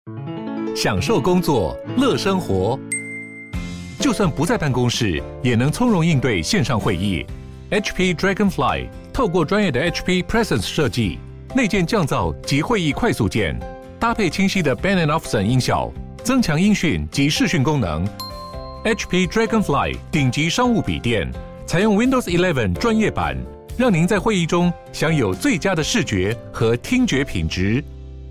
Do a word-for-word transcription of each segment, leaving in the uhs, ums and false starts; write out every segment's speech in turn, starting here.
享受工作，乐生活。就算不在办公室，也能从容应对线上会议。H P Dragonfly 透过专业的 H P Presence 设计，内建降噪及会议快速键，搭配清晰的 Bang and Olufsen 音效，增强音讯及视讯功能。H P Dragonfly 顶级商务笔电，采用 Windows 十一专业版，让您在会议中享有最佳的视觉和听觉品质。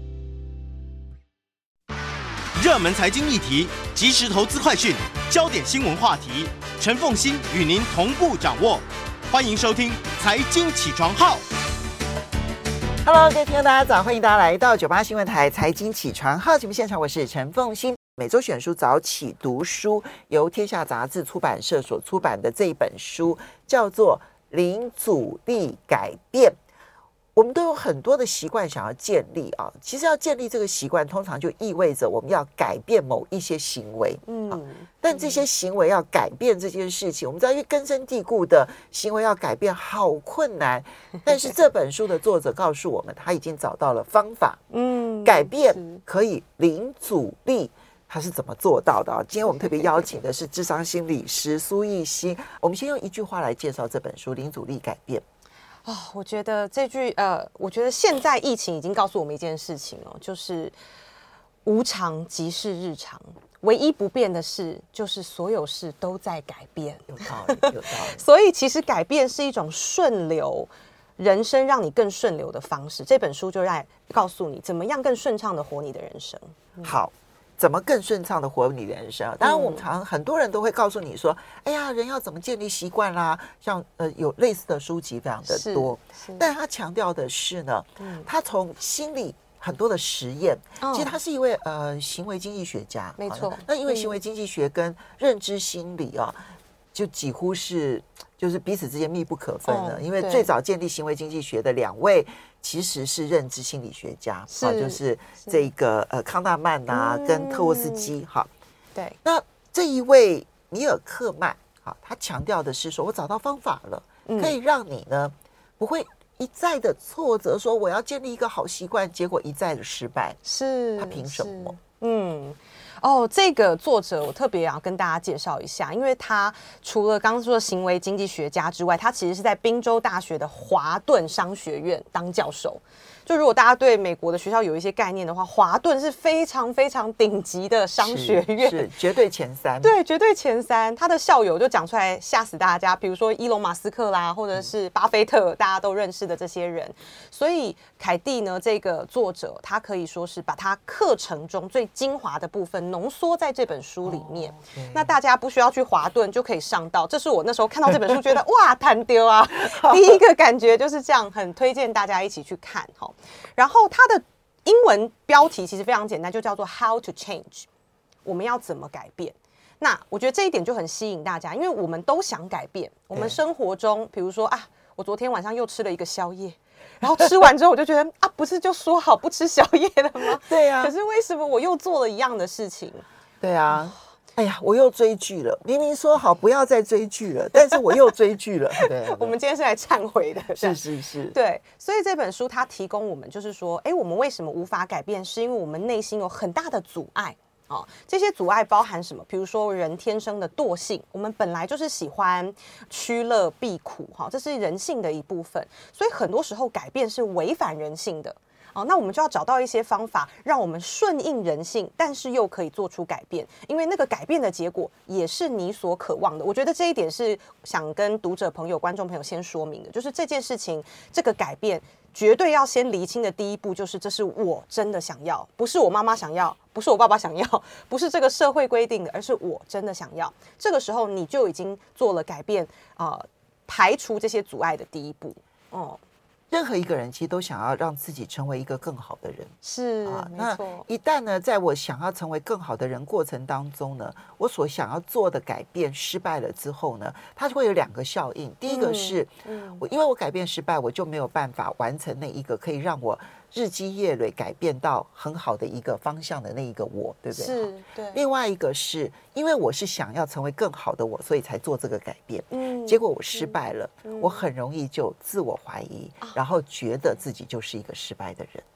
热门财经议题、即时投资快讯、焦点新闻话题，陈凤馨与您同步掌握。欢迎收听《财经起床号》。 Hello， 各位听众大家早，欢迎大家来到九八新闻台财经起床号节目现场，我是陈凤馨。每周选书早起读书，由天下杂志出版社所出版的这一本书叫做《零阻力改变》。我们都有很多的习惯想要建立啊，其实要建立这个习惯，通常就意味着我们要改变某一些行为，嗯、啊，但这些行为要改变这件事情，我们知道，因为根深蒂固的行为要改变好困难。但是这本书的作者告诉我们，他已经找到了方法，嗯，改变可以零阻力。他是怎么做到的啊？今天我们特别邀请的是諮商心理师苏奕欣。我们先用一句话来介绍这本书《零阻力改变》。 哦，我觉得这句呃，我觉得现在疫情已经告诉我们一件事情哦，就是无常即是日常，唯一不变的事就是所有事都在改变。 有道理，有道理。 所以其实改变是一种顺流，人生让你更顺流的方式。这本书就在告诉你怎么样更顺畅的活你的人生。 嗯、好。怎么更顺畅的活你的人生？当然，我们常常很多人都会告诉你说：“哎呀，人要怎么建立习惯啦？”像呃，有类似的书籍非常的多，但他强调的是呢，嗯、他从心理很多的实验，哦、其实他是一位呃行为经济学家， 没错。 那因为行为经济学跟认知心理啊，就几乎是就是彼此之间密不可分的。哦、因为最早建立行为经济学的两位。其实是认知心理学家，是啊，就是这个呃康纳曼啊，嗯、跟特沃斯基哈。 对， 那这一位米尔克曼啊，他强调的是说，我找到方法了，嗯、可以让你呢不会一再的挫折，说我要建立一个好习惯，结果一再的失败。 是， 他凭什么？ 嗯。哦，这个作者我特别要跟大家介绍一下，因为他除了刚刚说的行为经济学家之外，他其实是在宾州大学的华顿商学院当教授。就如果大家对美国的学校有一些概念的话，华顿是非常非常顶级的商学院， 是, 是绝对前三。 对，绝对前三。他的校友就讲出来吓死大家，比如说伊隆马斯克啦，或者是巴菲特，大家都认识的这些人。所以凯蒂呢，这个作者他可以说是把他课程中最精华的部分浓缩在这本书里面。哦、那大家不需要去华顿就可以上到，这是我那时候看到这本书觉得哇，弹丢啊！第一个感觉就是这样，很推荐大家一起去看哈。然后它的英文标题其实非常简单，就叫做 How to Change， 我们要怎么改变？那我觉得这一点就很吸引大家，因为我们都想改变。我们生活中，比如说啊，我昨天晚上又吃了一个宵夜，然后吃完之后我就觉得啊，不是就说好不吃宵夜了吗？ 对啊， 可是为什么我又做了一样的事情？ 对啊。哎呀，我又追剧了！明明说好不要再追剧了，但是我又追剧了。对， 我们今天是来忏悔的。 是是是， 对。所以这本书它提供我们，就是说，哎，我们为什么无法改变？是因为我们内心有很大的阻碍。哦，这些阻碍包含什么？比如说人天生的惰性，我们本来就是喜欢趋乐避苦，哈、哦，这是人性的一部分。所以很多时候改变是违反人性的。哦，那我们就要找到一些方法，让我们顺应人性，但是又可以做出改变，因为那个改变的结果也是你所渴望的。我觉得这一点是想跟读者朋友、观众朋友先说明的，就是这件事情，这个改变绝对要先厘清的第一步，就是这是我真的想要，不是我妈妈想要，不是我爸爸想要，不是这个社会规定的，而是我真的想要。这个时候你就已经做了改变，呃，排除这些阻碍的第一步。哦。 任何一个人其实都想要让自己成为一个更好的人， 是啊，没错。 那一旦呢，在我想要成为更好的人过程当中呢，我所想要做的改变失败了之后呢，它就会有两个效应。第一个是，嗯嗯、我因为我改变失败，我就没有办法完成那一个可以让我日积月累改变到很好的一个方向的那一个我，对不对？ 是，对。 另外一个是因为我是想要成为更好的我，所以才做这个改变。嗯，结果我失败了，嗯、我很容易就自我怀疑，嗯、然后觉得自己就是一个失败的人。嗯，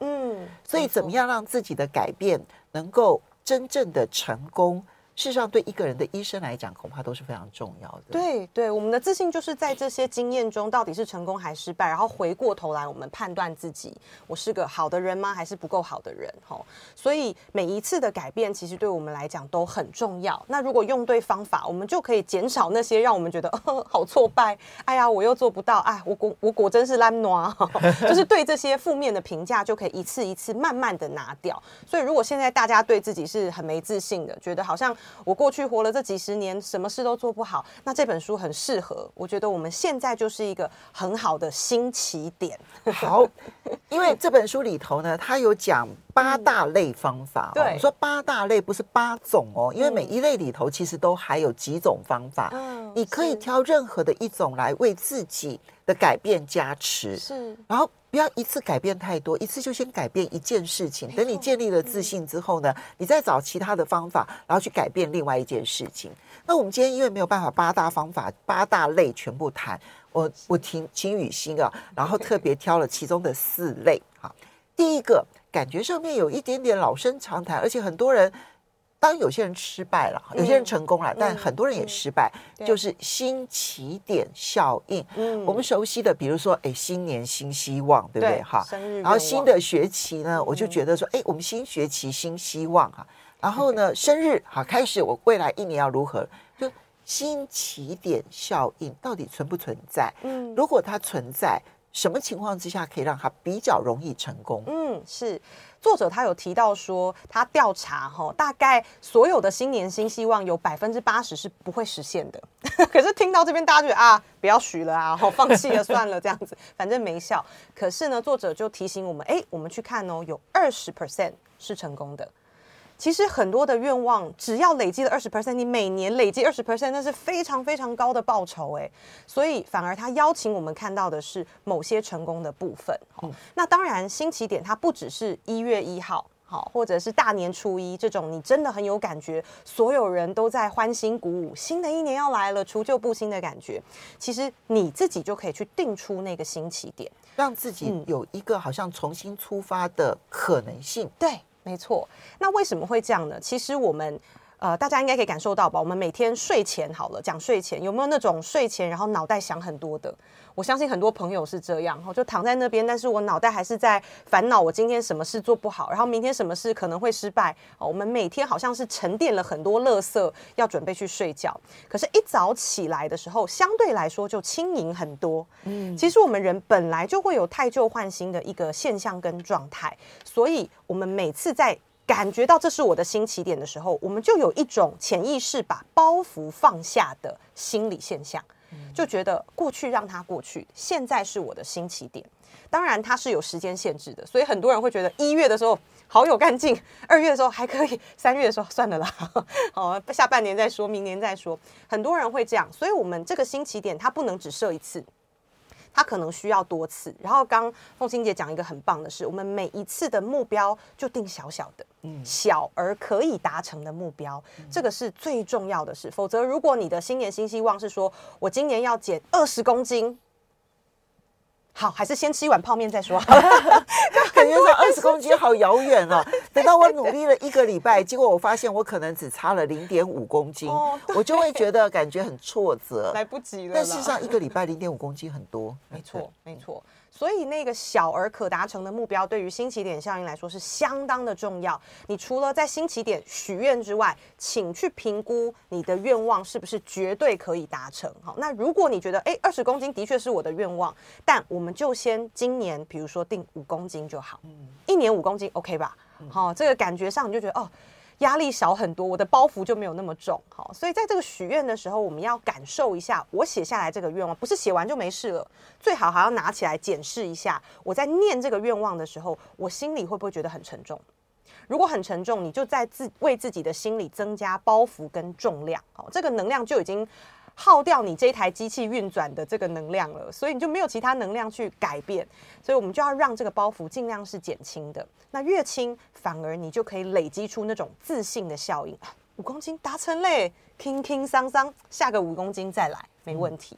嗯， 所以怎么样让自己的改变能够真正的成功，事实上对一个人的一生来讲恐怕都是非常重要的。 对对，我们的自信就是在这些经验中到底是成功还失败，然后回过头来我们判断自己，我是个好的人吗还是不够好的人。所以每一次的改变其实对我们来讲都很重要。那如果用对方法，我们就可以减少那些让我们觉得、呃、好挫败，哎呀我又做不到，哎我果我果真是烂惰就是对这些负面的评价就可以一次一次慢慢的拿掉。所以如果现在大家对自己是很没自信的，觉得好像我过去活了这几十年什么事都做不好，那这本书很适合。我觉得我们现在就是一个很好的新起点。 好，因为这本书里头呢，它有讲八大类方法、哦。 对， 我说八大类不是八种哦，因为每一类里头其实都还有几种方法，嗯，你可以挑任何的一种来为自己的改变加持。 是， 然后不要一次改变太多，一次就先改变一件事情，等你建立了自信之后呢，嗯、你再找其他的方法，然后去改变另外一件事情。那我们今天因为没有办法八大方法、八大类全部谈，我我请请雨欣啊，然后特别挑了其中的四类。好，第一个感觉上面有一点点老生常谈，而且很多人。当然有些人失败了，有些人成功了，嗯、但很多人也失败，嗯、就是新起点效应。嗯，我们熟悉的，比如说，哎，新年新希望，对不对？哈，然后新的学期呢，嗯、我就觉得说，哎，我们新学期新希望哈。然后呢，生日好开始，我未来一年要如何？就新起点效应到底存不存在？嗯，如果它存在，什么情况之下可以让它比较容易成功？ 嗯，是。作者他有提到说，他调查哈，大概所有的新年新希望有百分之八十是不会实现的。可是听到这边，大家觉得啊，不要许了啊，放弃了算了，这样子，反正没效。可是呢，作者就提醒我们，哎，我们去看哦，有二十 percent 是成功的。其实很多的愿望，只要累积了 百分之二十， 你每年累积 百分之二十， 那是非常非常高的报酬哎。所以反而他邀请我们看到的是某些成功的部分。嗯、那当然，新起点它不只是一月一号，好，或者是大年初一这种，你真的很有感觉，所有人都在欢欣鼓舞，新的一年要来了，除旧布新的感觉。其实你自己就可以去定出那个新起点， 让自己有一个好像重新出发的可能性。 嗯、对。没错，那为什么会这样呢？其实我们呃，大家应该可以感受到吧？我们每天睡前好了，讲睡前有没有那种睡前然后脑袋想很多的？我相信很多朋友是这样，就躺在那边，但是我脑袋还是在烦恼我今天什么事做不好，然后明天什么事可能会失败。我们每天好像是沉淀了很多垃圾，要准备去睡觉。可是，一早起来的时候，相对来说就轻盈很多。嗯，其实我们人本来就会有汰旧换新的一个现象跟状态，所以我们每次在感觉到这是我的新起点的时候，我们就有一种潜意识把包袱放下的心理现象，就觉得过去让它过去，现在是我的新起点。当然它是有时间限制的，所以很多人会觉得一月的时候好有干劲，二月的时候还可以，三月的时候算了啦，好，下半年再说，明年再说。很多人会这样，所以我们这个新起点它不能只设一次，它可能需要多次。然后刚凤馨姐讲一个很棒的是，我们每一次的目标就定小小的，嗯，小而可以达成的目标，嗯、这个是最重要的事。否则，如果你的新年新希望是说我今年要减二十公斤，好，还是先吃一碗泡面再说。 感觉上二十公斤好遥远哦。等到我努力了一个礼拜，结果我发现我可能只差了零点五公斤，哦、我就会觉得感觉很挫折， 来不及了。 但事实上，一个礼拜零点五公斤很多。 没错，没错。所以那个小而可达成的目标，对于新起点效应来说是相当的重要。你除了在新起点许愿之外，请去评估你的愿望是不是绝对可以达成。好，那如果你觉得哎，二十公斤的确是我的愿望，但我们就先今年，比如说定五公斤就好，嗯，一年五公斤 OK 吧？好、嗯，这个感觉上你就觉得哦。压力少很多，我的包袱就没有那么重。好，所以在这个许愿的时候，我们要感受一下，我写下来这个愿望，不是写完就没事了，最好还要拿起来检视一下，我在念这个愿望的时候，我心里会不会觉得很沉重？如果很沉重，你就在自为自己的心理增加包袱跟重量，好，这个能量就已经耗掉你这台机器运转的这个能量了，所以你就没有其他能量去改变，所以我们就要让这个包袱尽量是减轻的。那越轻，反而你就可以累积出那种自信的效应。五公斤达成嘞，轻轻桑桑，下个五公斤再来，没问题。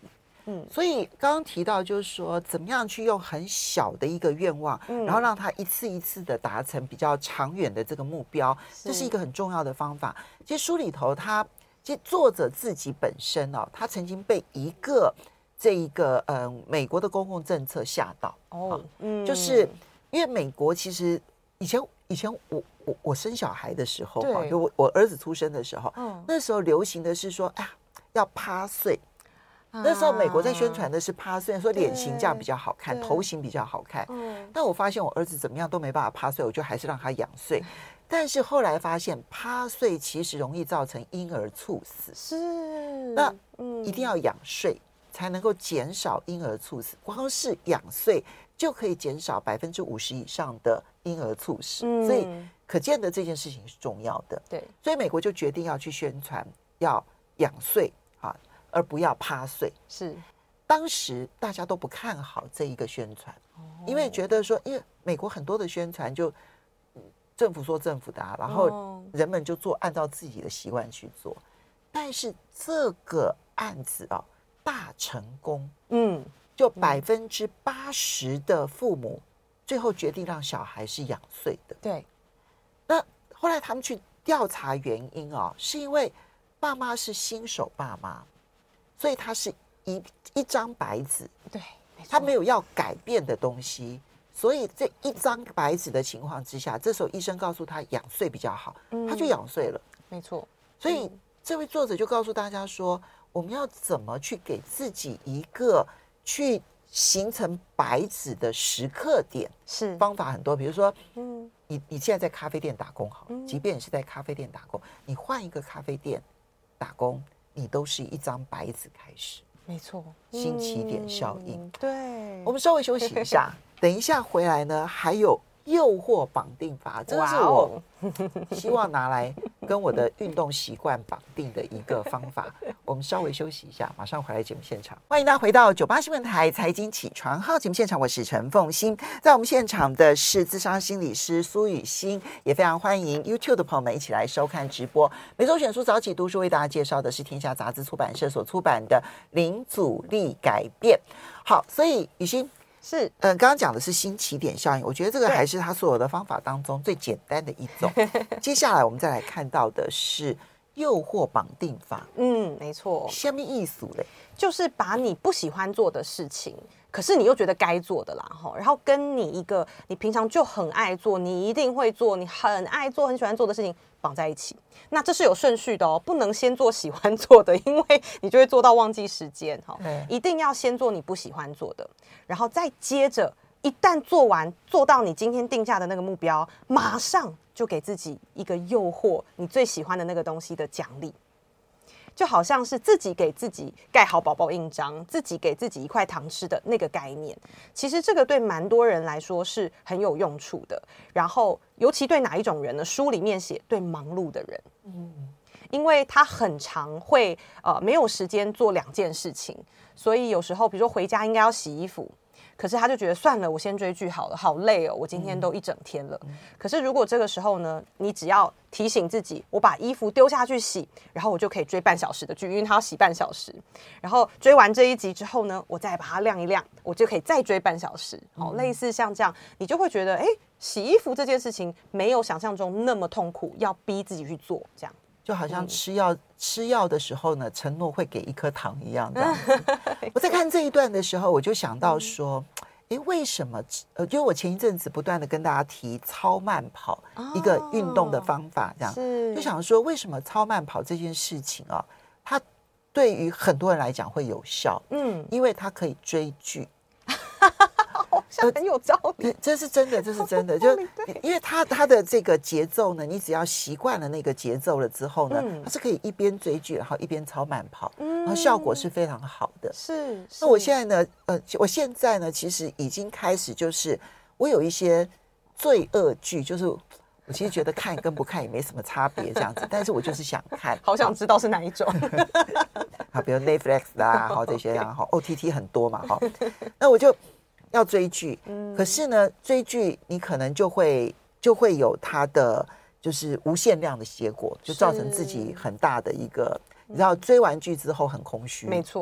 嗯， 所以刚刚提到就是说，怎么样去用很小的一个愿望，嗯、然后让它一次一次的达成比较长远的这个目标，这是一个很重要的方法。其实书里头他，其实作者自己本身哦，他曾经被一个这一个呃美国的公共政策吓到哦，嗯，就是因为美国其实以前以前我我我生小孩的时候哈，就我我儿子出生的时候，嗯，那时候流行的是说，哎呀要趴睡。那时候美国在宣传的是趴睡，说脸型这样比较好看，头型比较好看。嗯，但我发现我儿子怎么样都没办法趴睡，我就还是让他仰睡。但是后来发现趴睡其实容易造成婴儿猝死， 是那一定要仰睡才能够减少婴儿猝死。光是仰睡就可以减少百分之五十以上的婴儿猝死，嗯，所以可见的这件事情是重要的。 对， 所以美国就决定要去宣传要仰睡啊，而不要趴睡。 是， 当时大家都不看好这一个宣传，哦，因为觉得说，因为美国很多的宣传就政府说政府的，啊，然后人们就做按照自己的习惯去做。但是这个案子啊，大成功，嗯，就百分之八十的父母最后决定让小孩是仰睡的。 对， 那后来他们去调查原因啊，是因为爸妈是新手爸妈，所以他是一一张白纸， 对， 他没有要改变的东西。所以这一张白纸的情况之下，这时候医生告诉他仰睡比较好，嗯，他就仰睡了。 没错。 所以这位作者就告诉大家说，我们要怎么去给自己一个去形成白纸的时刻点？ 是方法很多，比如说，嗯，你你现在在咖啡店打工好，嗯，即便你是在咖啡店打工，你换一个咖啡店打工，你都是一张白纸开始。 没错， 新起点效应。 嗯，对， 我们稍微休息一下。等一下回来呢，还有诱惑绑定法，这是我希望拿来跟我的运动习惯绑定的一个方法。我们稍微休息一下，马上回来节目现场。欢迎大家回到九八新闻台财经起床号节目现场，我是陈凤馨。在我们现场的是諮商心理师苏予昕，也非常欢迎 YouTube 的朋友们一起来收看直播。每周选书早起读书为大家介绍的是天下杂志出版社所出版的《零阻力改变》。好，所以予昕。 是， 嗯，刚刚讲的是新起点效应，我觉得这个还是他所有的方法当中最简单的一种。接下来我们再来看到的是诱惑绑定法。 嗯，没错。 什么意思嘞？ 就是把你不喜欢做的事情，可是你又觉得该做的啦，然后跟你一个你平常就很爱做，你一定会做，你很爱做、很喜欢做的事情绑在一起。那这是有顺序的哦，不能先做喜欢做的，因为你就会做到忘记时间。一定要先做你不喜欢做的，然后再接着一旦做完，做到你今天定下的那个目标，马上就给自己一个诱惑，你最喜欢的那个东西的奖励。就好像是自己给自己盖好宝宝印章，自己给自己一块糖吃的那个概念，其实这个对蛮多人来说是很有用处的。然后尤其对哪一种人呢？书里面写对忙碌的人，嗯，因为他很常会呃没有时间做两件事情，所以有时候比如说回家应该要洗衣服，可是他就觉得算了，我先追剧好了，好累哦，我今天都一整天了。嗯、可是如果这个时候呢，你只要提醒自己，我把衣服丢下去洗，然后我就可以追半小时的剧，因为它要洗半小时。然后追完这一集之后呢，我再把它晾一晾，我就可以再追半小时。哦，类似像这样，你就会觉得，哎，洗衣服这件事情没有想象中那么痛苦，要逼自己去做，这样。 就好像吃药、嗯、吃药的时候呢，承诺会给一颗糖一样。这样子我在看这一段的时候，我就想到说，哎、嗯，为什么？呃，就我前一阵子不断的跟大家提超慢跑、哦、一个运动的方法，这样就想说，为什么超慢跑这件事情啊，它对于很多人来讲会有效？嗯，因为它可以追剧。 好像很有道理， 呃、这是真的，这是真的。就因为它它的这个节奏呢，你只要习惯了那个节奏了之后呢，嗯、它是可以一边追剧，然后一边超慢跑，嗯、然后效果是非常好的。 是。 那我现在呢，呃，我现在呢，其实已经开始就是我有一些罪恶剧，就是我其实觉得看跟不看也没什么差别这样子，但是我就是想看， 好想知道是哪一种。 好，比如 Netflix 啦，好这些然后 O T T 很多嘛，哈，那我就。要追剧，可是呢，追剧你可能就会就会有它的就是无限量的结果，就造成自己很大的一个，你知道追完剧之后很空虚， 没错，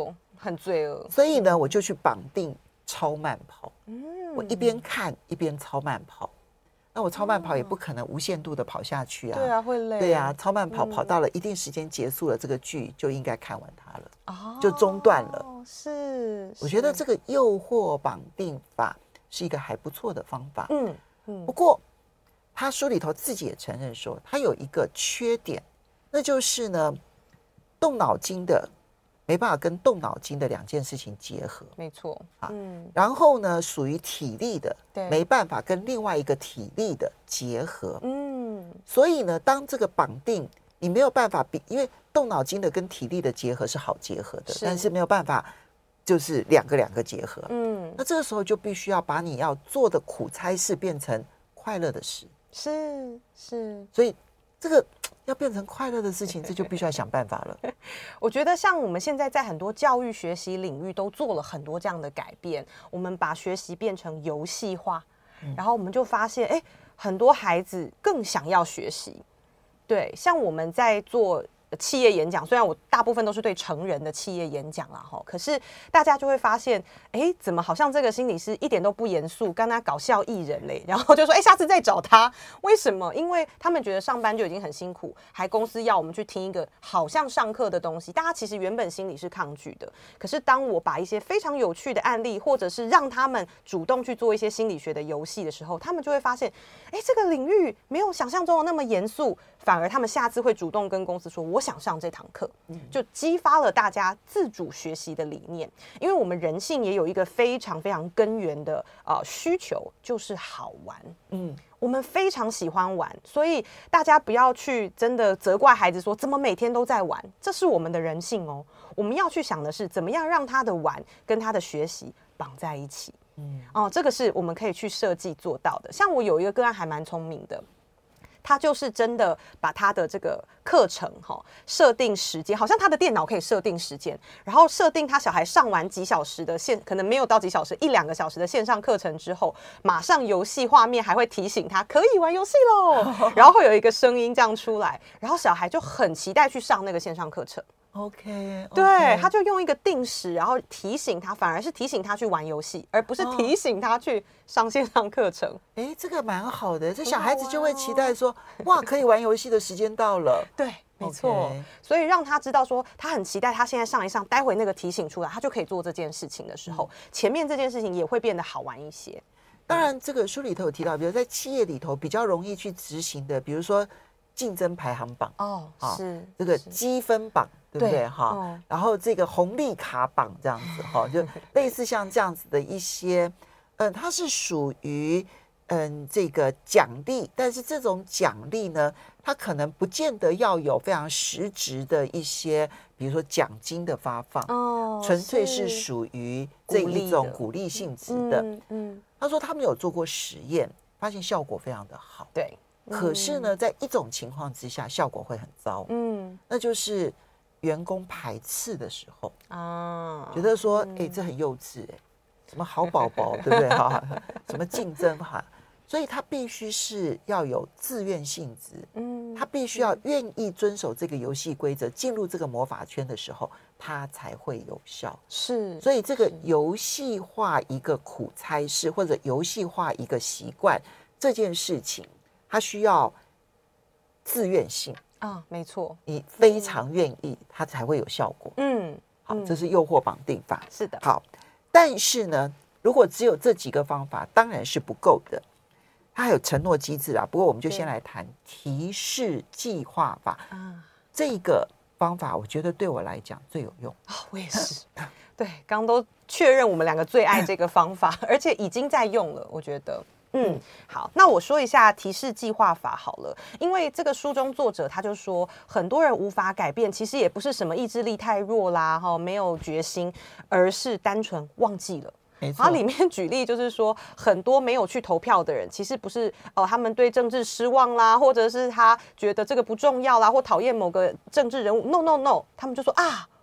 很罪恶。 所以呢，我就去绑定超慢跑。嗯，我一边看一边超慢跑。那我超慢跑也不可能无限度的跑下去啊。 对啊，会累。 对啊，超慢跑、嗯、跑到了一定时间结束了，这个剧就应该看完它了。哦，就中断了。 是， 我觉得这个诱惑绑定法是一个还不错的方法。 嗯嗯。 不过他书里头自己也承认说，他有一个缺点，那就是呢，动脑筋的没办法跟动脑筋的两件事情结合。 没错啊，嗯。 然后呢，属于体力的， 对， 没办法跟另外一个体力的结合。 嗯。 所以呢，当这个绑定你没有办法比，因为动脑筋的跟体力的结合是好结合的，是但是没有办法就是两个两个结合。嗯。那这个时候就必须要把你要做的苦差事变成快乐的事。 是是， 所以这个要变成快乐的事情，这就必须要想办法了。 我觉得像我们现在在很多教育学习领域都做了很多这样的改变，我们把学习变成游戏化，嗯、然后我们就发现，哎，很多孩子更想要学习。对，像我们在做企业演讲，虽然我大部分都是对成人的企业演讲啦哈，可是大家就会发现，哎，怎么好像这个心理师一点都不严肃，跟他搞笑艺人嘞，然后就说，哎，下次再找他。为什么？因为他们觉得上班就已经很辛苦，还公司要我们去听一个好像上课的东西，大家其实原本心里是抗拒的。可是当我把一些非常有趣的案例，或者是让他们主动去做一些心理学的游戏的时候，他们就会发现，哎，这个领域没有想象中的那么严肃，反而他们下次会主动跟公司说，我想上这堂课，就激发了大家自主学习的理念。因为我们人性也有一个非常非常根源的呃需求，就是好玩。嗯，我们非常喜欢玩，所以大家不要去真的责怪孩子说怎么每天都在玩，这是我们的人性哦。我们要去想的是怎么样让他的玩跟他的学习绑在一起。嗯，哦，这个是我们可以去设计做到的。像我有一个个案还蛮聪明的。他就是真的把他的这个课程哈设定时间，好像他的电脑可以设定时间，然后设定他小孩上完几小时的线，可能没有到几小时，一两个小时的线上课程之后，马上游戏画面还会提醒他可以玩游戏喽，然后会有一个声音这样出来，然后小孩就很期待去上那个线上课程。 OK，, okay. 对，他就用一个定时，然后提醒他，反而是提醒他去玩游戏，而不是提醒他去上线上课程。 哎、哦，这个蛮好的，这小孩子就会期待说，哇，可以玩游戏的时间到了。 对，没错。Okay. 所以让他知道说，他很期待他现在上一上，待会那个提醒出来，他就可以做这件事情的时候，嗯、前面这件事情也会变得好玩一些。 当然，这个书里头有提到，比如在企业里头比较容易去执行的，比如说竞争排行榜哦，是这个积分榜。对不对哈、哦？然后这个红利卡榜这样子哈，就类似像这样子的一些，嗯，它是属于嗯这个奖励，但是这种奖励呢，它可能不见得要有非常实质的一些，比如说奖金的发放，哦，纯粹是属于这一种鼓励性质的。嗯，嗯他说他们有做过实验，发现效果非常的好。 对， 嗯、可是呢，在一种情况之下，效果会很糟。嗯，那就是员工排斥的时候啊，觉得说，哎、欸，这很幼稚、欸，哎，什么好宝宝，对不对哈？什么竞争哈？所以他必须是要有自愿性质，嗯，他必须要愿意遵守这个游戏规则，进入这个魔法圈的时候，他才会有效。 是， 所以这个游戏化一个苦差事或者游戏化一个习惯这件事情，它需要自愿性。 啊，没错， 你非常愿意，它才会有效果。嗯，好，这是诱惑绑定法。 是的， 好，但是呢，如果只有这几个方法，当然是不够的。它还有承诺机制啊。不过我们就先来谈提示计划法啊，这个方法我觉得对我来讲最有用。 哦，我也是。对，刚都确认我们两个最爱这个方法，而且已经在用了，我觉得。嗯，好，那我说一下提示计划法好了，因为这个书中作者他就说，很多人无法改变，其实也不是什么意志力太弱啦，哈，没有决心，而是单纯忘记了。然后里面举例就是说，很多没有去投票的人，其实不是哦，他们对政治失望啦，或者是他觉得这个不重要啦，或讨厌某个政治人物。No No No， 他们就说啊，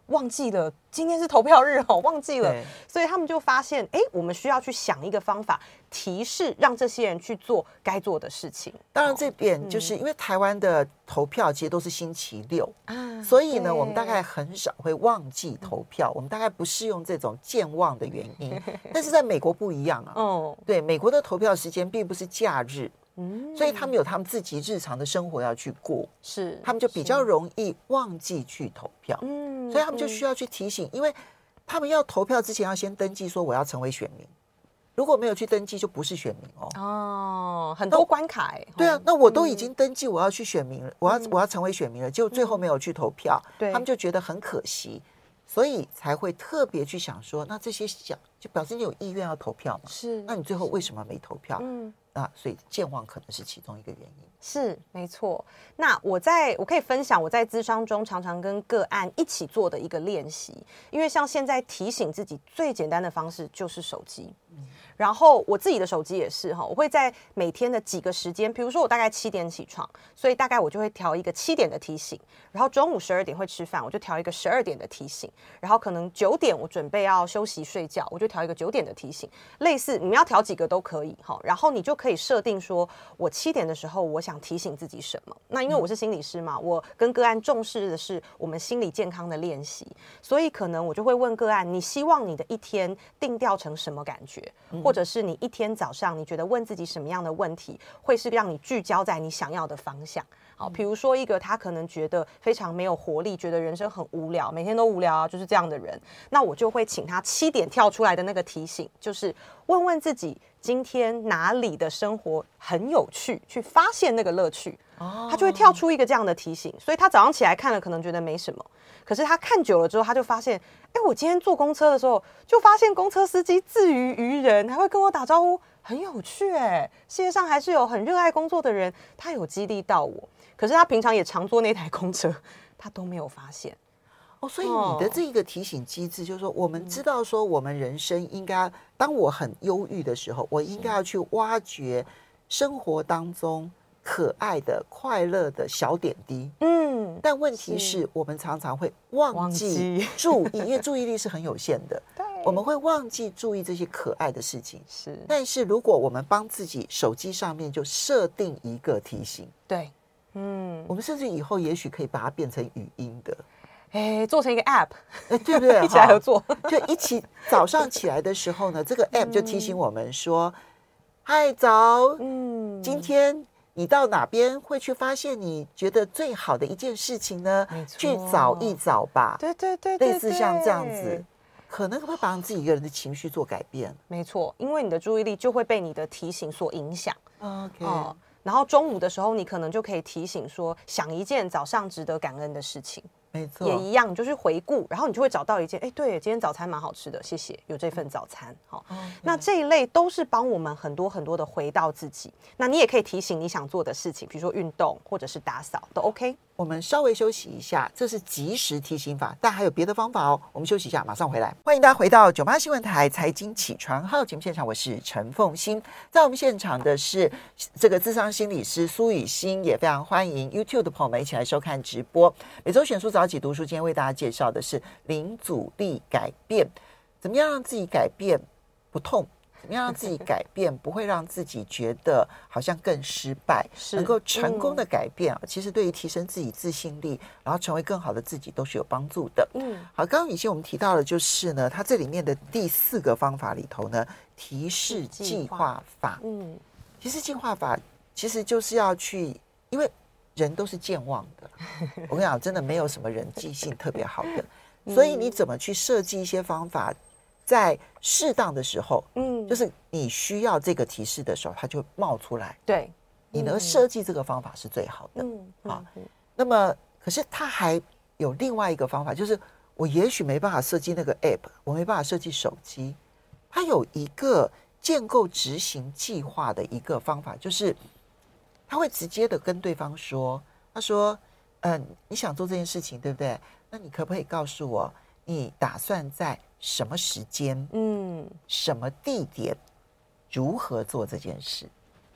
忘记了今天是投票日哦，忘记了，所以他们就发现，哎，我们需要去想一个方法，提示让这些人去做该做的事情。 当然，这点就是因为台湾的投票其实都是星期六啊，所以呢，我们大概很少会忘记投票，我们大概不适用这种健忘的原因。但是在美国不一样啊，哦，对，美国的投票时间并不是假日。嗯，所以他们有他们自己日常的生活要去过，是他们就比较容易忘记去投票。嗯，所以他们就需要去提醒，因为他们要投票之前要先登记说我要成为选民，如果没有去登记就不是选民哦。 哦，很多关卡哎。 对啊，那我都已经登记我要去选民了，我要我要成为选民了，结果最后没有去投票，他们就觉得很可惜，所以才会特别去想说，那这些想就表示你有意愿要投票嘛？是，那你最后为什么没投票？嗯。那所以健忘可能是其中一个原因， 是没错。那我在我可以分享我在咨商中常常跟个案一起做的一个练习，因为像现在提醒自己最简单的方式就是手机。嗯，然后我自己的手机也是哈，我会在每天的几个时间，比如说我大概七点起床，所以大概我就会调一个七点的提醒，然后中午十二点会吃饭，我就调一个十二点的提醒，然后可能九点我准备要休息睡觉，我就调一个九点的提醒，类似你们要调几个都可以哈，然后你就可以设定说我七点的时候我想提醒自己什么。那因为我是心理师嘛，我跟个案重视的是我们心理健康的练习，所以可能我就会问个案，你希望你的一天定调成什么感觉？或者是你一天早上你觉得问自己什么样的问题会是让你聚焦在你想要的方向。好，比如说一个他可能觉得非常没有活力，觉得人生很无聊，每天都无聊啊，就是这样的人，那我就会请他七点跳出来的那个提醒，就是问问自己今天哪里的生活很有趣，去发现那个乐趣。他就会跳出一个这样的提醒，所以他早上起来看了可能觉得没什么，可是他看久了之后他就发现，哎，我今天坐公车的时候就发现公车司机自娱于人，还会跟我打招呼，很有趣。哎，世界上还是有很热爱工作的人，他有激励到我，可是他平常也常坐那台公车，他都没有发现。 哦，所以你的这个提醒机制就是说，我们知道说我们人生应该，当我很忧郁的时候，我应该要去挖掘生活当中可爱的快乐的小点滴。嗯，但问题是我们常常会忘记注意，因为注意力是很有限的。对，我们会忘记注意这些可爱的事情。是，但是如果我们帮自己手机上面就设定一个提醒， 对，嗯， 我们甚至以后也许可以把它变成语音的。 哎，做成一个 app， 哎，对不对？ 一起来合作， 就一起早上起来的时候呢，这个 app 就提醒我们说：“嗨，早，嗯，今天你到哪边会去发现你觉得最好的一件事情呢？去找一找吧。” 对对对对， 类似像这样子，可能会把自己一个人的情绪做改变。 没错，因为你的注意力就会被你的提醒所影响。 OK。 哦，然后中午的时候，你可能就可以提醒说，想一件早上值得感恩的事情。 没错， 也一样，你就去回顾，然后你就会找到一件，哎，对，今天早餐蛮好吃的，谢谢，有这份早餐。好，哦，那这一类都是帮我们很多很多的回到自己。那你也可以提醒你想做的事情，比如说运动或者是打扫，都 OK。 我们稍微休息一下，这是即时提醒法，但还有别的方法哦。我们休息一下，马上回来。欢迎大家回到九八新闻台财经起床号节目现场，我是陈凤馨。在我们现场的是这个諮商心理师苏予昕，也非常欢迎 YouTube 的朋友们一起来收看直播。每周选书早起读书，今天为大家介绍的是零阻力改变，怎么样让自己改变不痛？怎么样让自己改变不会让自己觉得好像更失败，能够成功的改变，嗯，其实对于提升自己自信力，然后成为更好的自己都是有帮助的。嗯，好，刚刚以前我们提到的就是呢，它这里面的第四个方法里头呢，提示计划法。嗯，提示计划法其实就是要去，因为人都是健忘的，我跟你讲，真的没有什么人记性特别好的，所以你怎么去设计一些方法，在适当的时候，嗯，就是你需要这个提示的时候，它就冒出来。 对， 你能设计这个方法是最好的。嗯，好，嗯，那么可是它还有另外一个方法，就是我也许没办法设计那个 app， 我没办法设计手机，它有一个建构执行计划的一个方法，就是他会直接的跟对方说，他说，嗯、呃，你想做这件事情，对不对？那你可不可以告诉我，你打算在什么时间，嗯，什么地点，如何做这件事？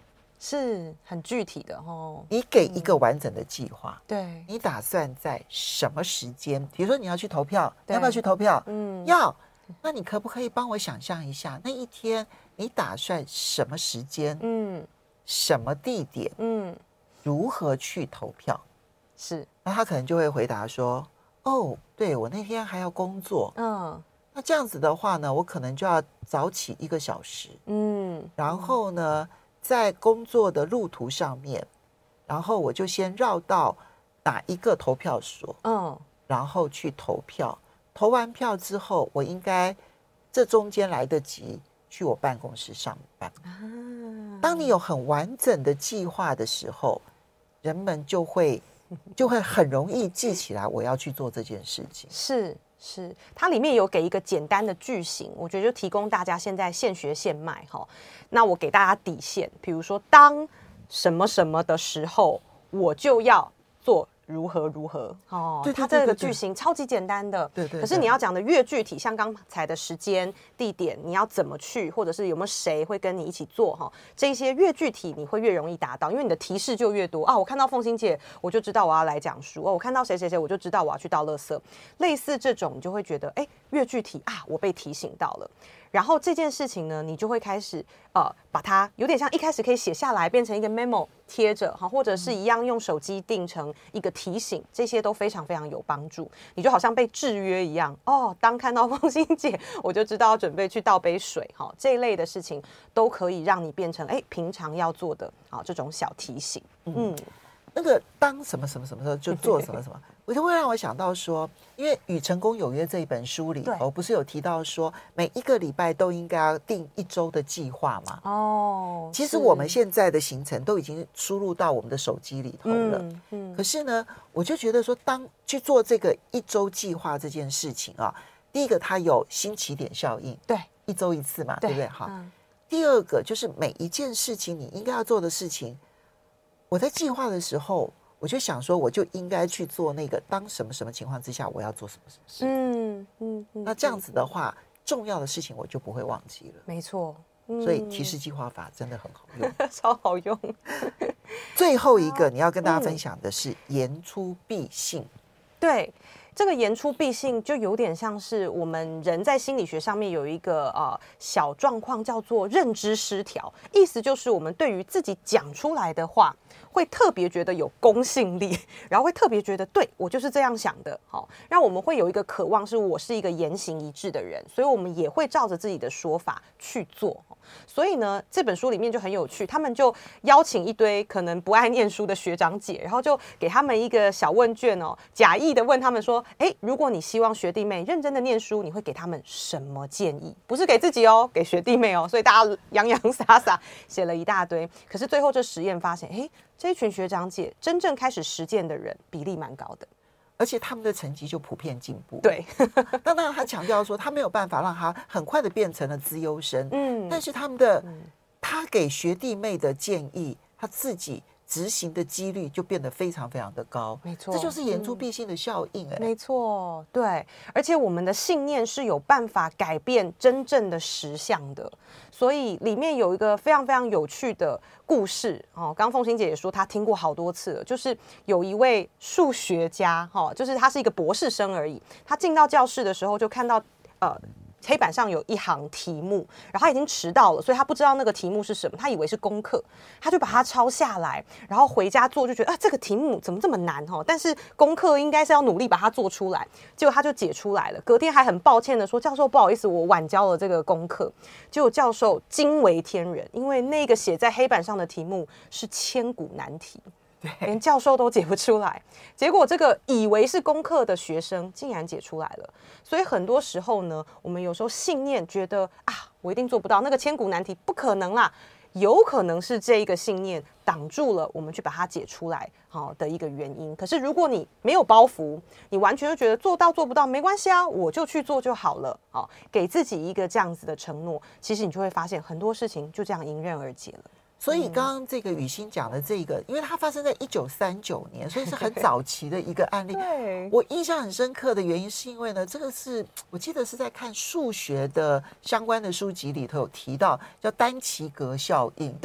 是很具体的哦。 你给一个完整的计划， 嗯、对， 你打算在什么时间？比如说你要去投票，你要不要去投票？ 嗯， 要。那你可不可以帮我想象一下，那一天你打算什么时间？嗯，什么地点？嗯，如何去投票？ 是。 那他可能就会回答说：“哦，对，我那天还要工作。嗯，那这样子的话呢，我可能就要早起一个小时。嗯，然后呢，在工作的路途上面，然后我就先绕到哪一个投票所，嗯，然后去投票。投完票之后，我应该这中间来得及去我办公室上班。啊，当你有很完整的计划的时候，人们就会就会很容易记起来我要去做这件事情。 是是，它里面有给一个简单的句型，我觉得就提供大家现在现学现卖哈。那我给大家底线，比如说当什么什么的时候，我就要做如何如何哦，对对对对对，它这个句型超级简单的，对 对, 对, 对。可是你要讲的越具体，像刚才的时间、地点，你要怎么去，或者是有没有谁会跟你一起做哈，这些越具体，你会越容易达到，因为你的提示就越多啊。我看到凤馨姐，我就知道我要来讲书哦；我看到谁谁谁，我就知道我要去倒垃圾。类似这种，你就会觉得，哎，越具体啊，我被提醒到了。然后这件事情呢，你就会开始呃，把它有点像一开始可以写下来，变成一个 memo 贴着哈，或者是一样用手机定成一个提醒，这些都非常非常有帮助。你就好像被制约一样哦，当看到凤馨姐，我就知道要准备去倒杯水哈，这一类的事情都可以让你变成哎平常要做的啊这种小提醒。嗯， 那个当什么什么什么时候就做什么什么。我就会让我想到说，因为《与成功有约》这一本书里头，不是有提到说，每一个礼拜都应该要定一周的计划吗？哦，其实我们现在的行程都已经输入到我们的手机里头了。嗯嗯。可是呢，我就觉得说，当去做这个一周计划这件事情啊，第一个它有新起点效应，对，一周一次嘛，对不对？哈。嗯。第二个就是每一件事情你应该要做的事情，我在计划的时候。我就想说，我就应该去做那个，当什么什么情况之下，我要做什么什么事。嗯嗯嗯。那这样子的话，重要的事情我就不会忘记了。 没错。嗯、 所以提示计划法真的很好用， 超好用。 最后一个你要跟大家分享的是言出必信。 对。这个言出必信就有点像是我们人在心理学上面有一个呃小状况叫做认知失调，意思就是我们对于自己讲出来的话会特别觉得有公信力，然后会特别觉得对我就是这样想的，好，让我们会有一个渴望是我是一个言行一致的人，所以我们也会照着自己的说法去做。所以呢，这本书里面就很有趣，他们就邀请一堆可能不爱念书的学长姐，然后就给他们一个小问卷哦，假意的问他们说，哎，如果你希望学弟妹认真的念书，你会给他们什么建议？不是给自己哦，给学弟妹哦。所以大家洋洋洒洒写了一大堆，可是最后这实验发现，哎，这一群学长姐真正开始实践的人比例蛮高的。 而且他们的成绩就普遍进步。 对， 当然他强调说，他没有办法让他很快的变成了资优生。嗯，但是他们的、嗯、他给学弟妹的建议，他自己执行的几率就变得非常非常的高。 没错， 这就是言出必信的效应、欸。 没错，对，而且我们的信念是有办法改变真正的实相的。所以里面有一个非常非常有趣的故事哦，刚刚凤馨姐也说她听过好多次了，就是有一位数学家哈、哦，就是他是一个博士生而已，他进到教室的时候就看到呃。黑板上有一行题目，然后他已经迟到了，所以他不知道那个题目是什么，他以为是功课，他就把它抄下来，然后回家做，就觉得啊这个题目怎么这么难哈？但是功课应该是要努力把它做出来，结果他就解出来了。隔天还很抱歉的说：“教授，不好意思，我晚交了这个功课。”结果教授惊为天人，因为那个写在黑板上的题目是千古难题。连教授都解不出来，结果这个以为是功课的学生竟然解出来了。所以很多时候呢，我们有时候信念觉得啊，我一定做不到，那个千古难题不可能啦，有可能是这一个信念挡住了我们去把它解出来好的一个原因。可是如果你没有包袱，你完全就觉得做到做不到没关系啊，我就去做就好了，好，给自己一个这样子的承诺，其实你就会发现很多事情就这样迎刃而解了。 所以刚刚这个雨欣讲的这个，因为它发生在一九三九年，所以是很早期的一个案例。对，我印象很深刻的原因是因为呢，这个是我记得是在看数学的相关的书籍里头有提到，叫丹奇格效应。对，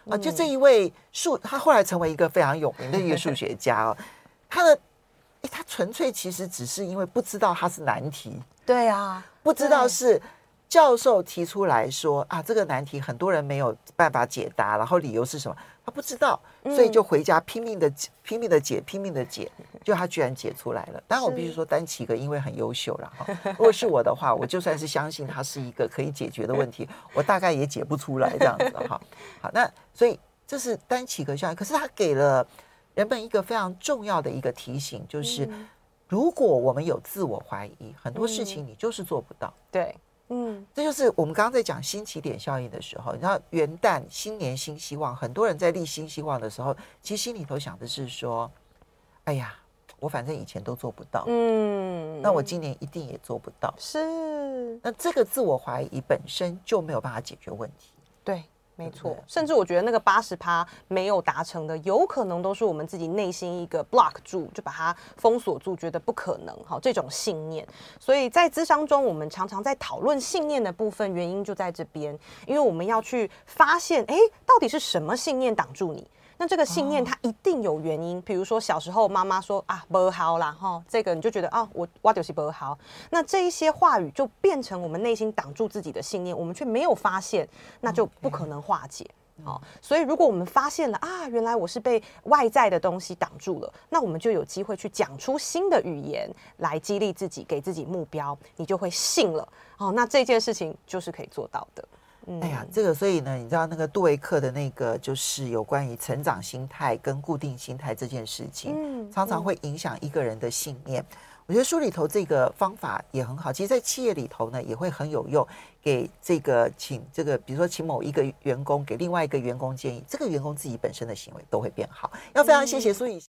啊，就这一位数，他后来成为一个非常有名的一个数学家哦。他的，哎，他纯粹其实只是因为不知道他是难题， 对啊， 不知道是教授提出来说啊，这个难题很多人没有办法解答，然后理由是什么？他不知道，所以就回家拼命的拼命的解，拼命的解，就他居然解出来了。当然，我必须说丹启格因为很优秀了哈。如果是我的话，我就算是相信他是一个可以解决的问题，我大概也解不出来这样子哈。好，那所以这是丹启格效应，可是他给了人们一个非常重要的一个提醒，就是如果我们有自我怀疑，很多事情你就是做不到。 对。嗯， 这就是我们刚刚在讲新起点效应的时候，你知道元旦新年新希望，很多人在立新希望的时候，其实心里头想的是说，哎呀，我反正以前都做不到，嗯，那我今年一定也做不到， 是， 那这个自我怀疑本身就没有办法解决问题， 对。没错，甚至我觉得那个八十趴没有达成的，有可能都是我们自己内心一个 block 住，就把它封锁住，觉得不可能，好这种信念。所以在咨商中，我们常常在讨论信念的部分，原因就在这边，因为我们要去发现，哎，到底是什么信念挡住你？那这个信念它一定有原因，比如说小时候妈妈说啊不好啦哈，这个你就觉得啊我我就是不好，那这一些话语就变成我们内心挡住自己的信念，我们却没有发现，那就不可能化解。哦，所以如果我们发现了啊，原来我是被外在的东西挡住了，那我们就有机会去讲出新的语言来激励自己，给自己目标，你就会信了。哦，那这件事情就是可以做到的。嗯、 哎呀，这个所以呢，你知道那个杜维克的那个就是有关于成长心态跟固定心态这件事情，嗯、常常会影响一个人的信念。我觉得书里头这个方法也很好，其实在企业里头呢也会很有用，给这个请这个比如说请某一个员工给另外一个员工建议，这个员工自己本身的行为都会变好。要非常谢谢苏以